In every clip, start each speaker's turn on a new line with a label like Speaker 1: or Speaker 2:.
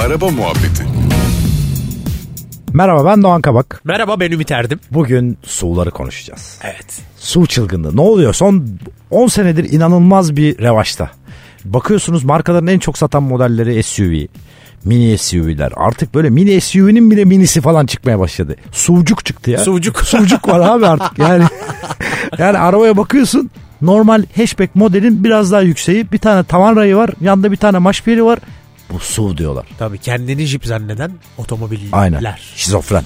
Speaker 1: Araba Muhabbeti.
Speaker 2: Merhaba, ben Doğan Kabak.
Speaker 3: Merhaba, ben Ümit Erdim.
Speaker 2: Bugün SUV'ları konuşacağız.
Speaker 3: Evet.
Speaker 2: SUV çılgınlığı. Ne oluyor? Son 10 senedir inanılmaz bir revaçta. Bakıyorsunuz markaların en çok satan modelleri SUV. Mini SUV'ler. Artık böyle mini SUV'nin bile minisi falan çıkmaya başladı. SUV'cuk çıktı ya. SUV'cuk var abi artık. Yani arabaya bakıyorsun. Normal hatchback modelin biraz daha yükseği. Bir tane tavan rayı var. Yanında bir tane maşpiyeri var. Bu SUV diyorlar.
Speaker 3: Tabii kendini jip zanneden otomobiller.
Speaker 2: Aynen. Şizofren.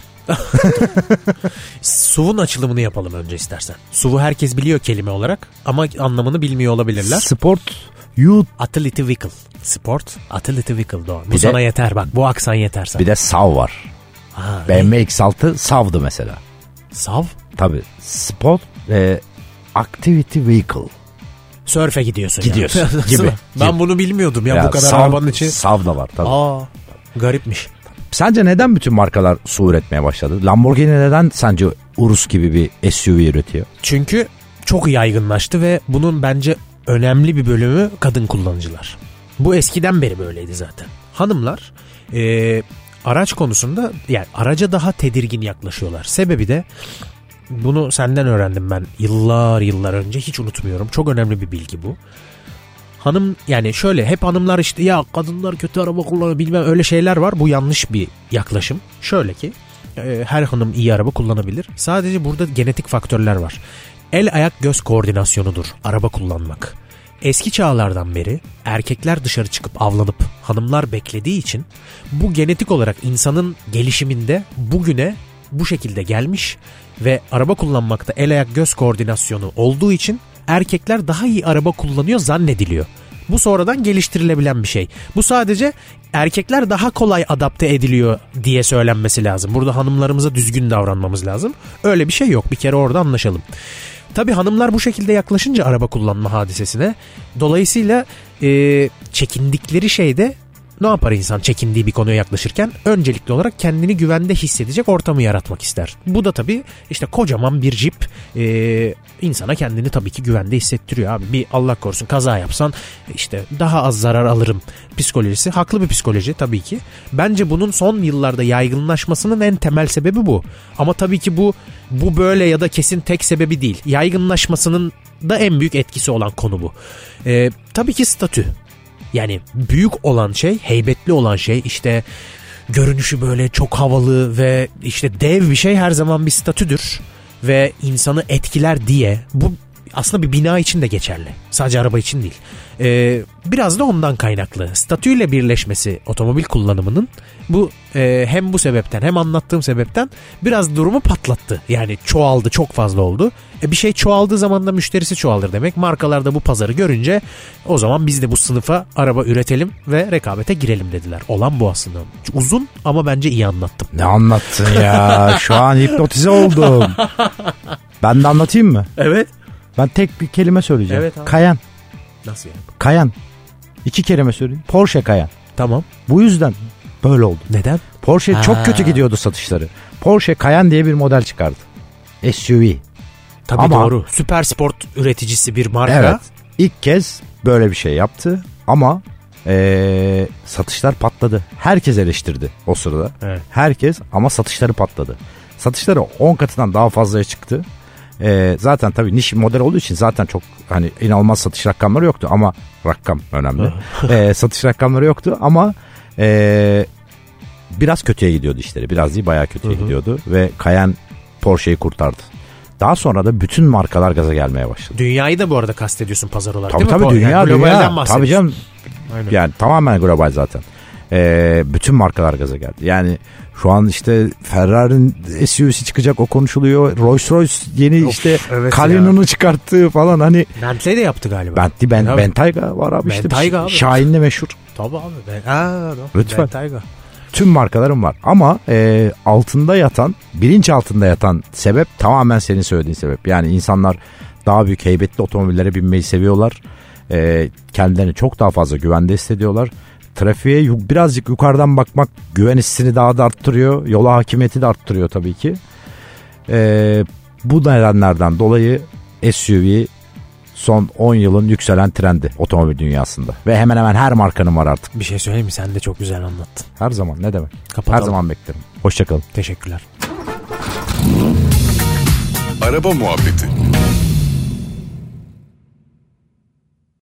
Speaker 3: SUV'un açılımını yapalım önce istersen. SUV'u herkes biliyor kelime olarak ama anlamını bilmiyor olabilirler.
Speaker 2: Sport
Speaker 3: Utility Vehicle. Sport Utility Vehicle Doğan. Bu sana yeter bak, bu aksan yeter sana.
Speaker 2: Bir de SAV var. BMW X6 SAV'dı mesela.
Speaker 3: SAV?
Speaker 2: Tabii. Sport Activity Vehicle.
Speaker 3: Sörfe gidiyorsun
Speaker 2: gibi.
Speaker 3: Ben bunu bilmiyordum ya bu kadar arabanın içi.
Speaker 2: SAV da var tabii.
Speaker 3: Garipmiş.
Speaker 2: Sence neden bütün markalar SUV üretmeye başladı? Lamborghini neden sence Urus gibi bir SUV üretiyor?
Speaker 3: Çünkü çok yaygınlaştı ve bunun bence önemli bir bölümü kadın kullanıcılar. Bu eskiden beri böyleydi zaten. Hanımlar araç konusunda yani araca daha tedirgin yaklaşıyorlar. Sebebi de bunu senden öğrendim ben yıllar önce, hiç unutmuyorum. Çok önemli bir bilgi bu. Hanım yani şöyle, hep hanımlar işte ya kadınlar kötü araba kullanıyor bilmem, öyle şeyler var. Bu yanlış bir yaklaşım. Şöyle ki her hanım iyi araba kullanabilir. Sadece burada genetik faktörler var. El ayak göz koordinasyonudur araba kullanmak. Eski çağlardan beri erkekler dışarı çıkıp avlanıp hanımlar beklediği için bu genetik olarak insanın gelişiminde bugüne bu şekilde gelmiş ve araba kullanmakta el ayak göz koordinasyonu olduğu için erkekler daha iyi araba kullanıyor zannediliyor. Bu sonradan geliştirilebilen bir şey. Bu sadece erkekler daha kolay adapte ediliyor diye söylenmesi lazım. Burada hanımlarımıza düzgün davranmamız lazım. Öyle bir şey yok. Bir kere orada anlaşalım. Tabii hanımlar bu şekilde yaklaşınca araba kullanma hadisesine, dolayısıyla çekindikleri şeyde ne yapar insan çekindiği bir konuya yaklaşırken? Öncelikli olarak kendini güvende hissedecek ortamı yaratmak ister. Bu da tabii işte kocaman bir jip insana kendini tabii ki güvende hissettiriyor abi. Bir Allah korusun kaza yapsan işte daha az zarar alırım psikolojisi. Haklı bir psikoloji tabii ki. Bence bunun son yıllarda yaygınlaşmasının en temel sebebi bu. Ama tabii ki bu böyle ya da kesin tek sebebi değil. Yaygınlaşmasının da en büyük etkisi olan konu bu. Tabii ki statü. Yani büyük olan şey, heybetli olan şey, işte görünüşü böyle çok havalı ve işte dev bir şey her zaman bir statüdür ve insanı etkiler diye. Bu aslında bir bina için de geçerli. Sadece araba için değil. Biraz da ondan kaynaklı. Statüyle birleşmesi otomobil kullanımının bu hem bu sebepten hem anlattığım sebepten biraz durumu patlattı. Yani çoğaldı, çok fazla oldu. Bir şey çoğaldığı zaman da müşterisi çoğalır demek. Markalar da bu pazarı görünce o zaman biz de bu sınıfa araba üretelim ve rekabete girelim dediler. Olan bu aslında. Uzun ama bence iyi anlattım.
Speaker 2: Ne anlattın ya? Şu an hipnotize oldum. Ben de anlatayım mı?
Speaker 3: Evet.
Speaker 2: Ben tek bir kelime söyleyeceğim.
Speaker 3: Evet abi.
Speaker 2: Cayenne.
Speaker 3: Nasıl yani?
Speaker 2: Cayenne. 2 kelime söyleyeyim. Porsche Cayenne.
Speaker 3: Tamam.
Speaker 2: Bu yüzden böyle oldu.
Speaker 3: Neden?
Speaker 2: Porsche çok kötü gidiyordu satışları. Porsche Cayenne diye bir model çıkardı. SUV.
Speaker 3: Tabii ama, doğru. Süper sport üreticisi bir marka.
Speaker 2: Evet. İlk kez böyle bir şey yaptı ama satışlar patladı. Herkes eleştirdi o sırada.
Speaker 3: Evet.
Speaker 2: Herkes, ama satışları patladı. Satışları 10 katından daha fazlaya çıktı. Zaten tabii niş model olduğu için zaten çok hani inanılmaz satış rakamları yoktu ama rakam önemli. Satış rakamları yoktu ama biraz kötüye gidiyordu işleri. Biraz değil, bayağı kötüye gidiyordu ve Cayenne Porsche'yi kurtardı. Daha sonra da bütün markalar gaza gelmeye başladı.
Speaker 3: Dünyayı da bu arada kastediyorsun pazar olarak,
Speaker 2: tabii,
Speaker 3: değil mi?
Speaker 2: Tabii dünya. Tabii canım.
Speaker 3: Aynen.
Speaker 2: Yani tamamen global zaten. Bütün markalar gaza geldi. Yani şu an işte Ferrari'nin SUV'si çıkacak, o konuşuluyor. Rolls-Royce yeni evet Cullinan'ı çıkarttığı falan, hani.
Speaker 3: Bentley de yaptı galiba.
Speaker 2: Bentayga var abi işte.
Speaker 3: Bentayga abi.
Speaker 2: Şahin'le meşhur.
Speaker 3: Tabii abi.
Speaker 2: Lütfen.
Speaker 3: Bentayga.
Speaker 2: Tüm markalarım var ama bilinç altında yatan sebep tamamen senin söylediğin sebep. Yani insanlar daha büyük heybetli otomobillere binmeyi seviyorlar. Kendilerini çok daha fazla güvende hissediyorlar. Trafiğe birazcık yukarıdan bakmak güven hissini daha da arttırıyor. Yola hakimiyeti de arttırıyor tabii ki. Bu nedenlerden dolayı SUV son 10 yılın yükselen trendi otomobil dünyasında. Ve hemen hemen her markanın var artık.
Speaker 3: Bir şey söyleyeyim mi? Sen de çok güzel anlattın.
Speaker 2: Her zaman, ne demek.
Speaker 3: Kapatalım.
Speaker 2: Her zaman beklerim. Hoşçakalın.
Speaker 3: Teşekkürler.
Speaker 1: Araba Muhabbeti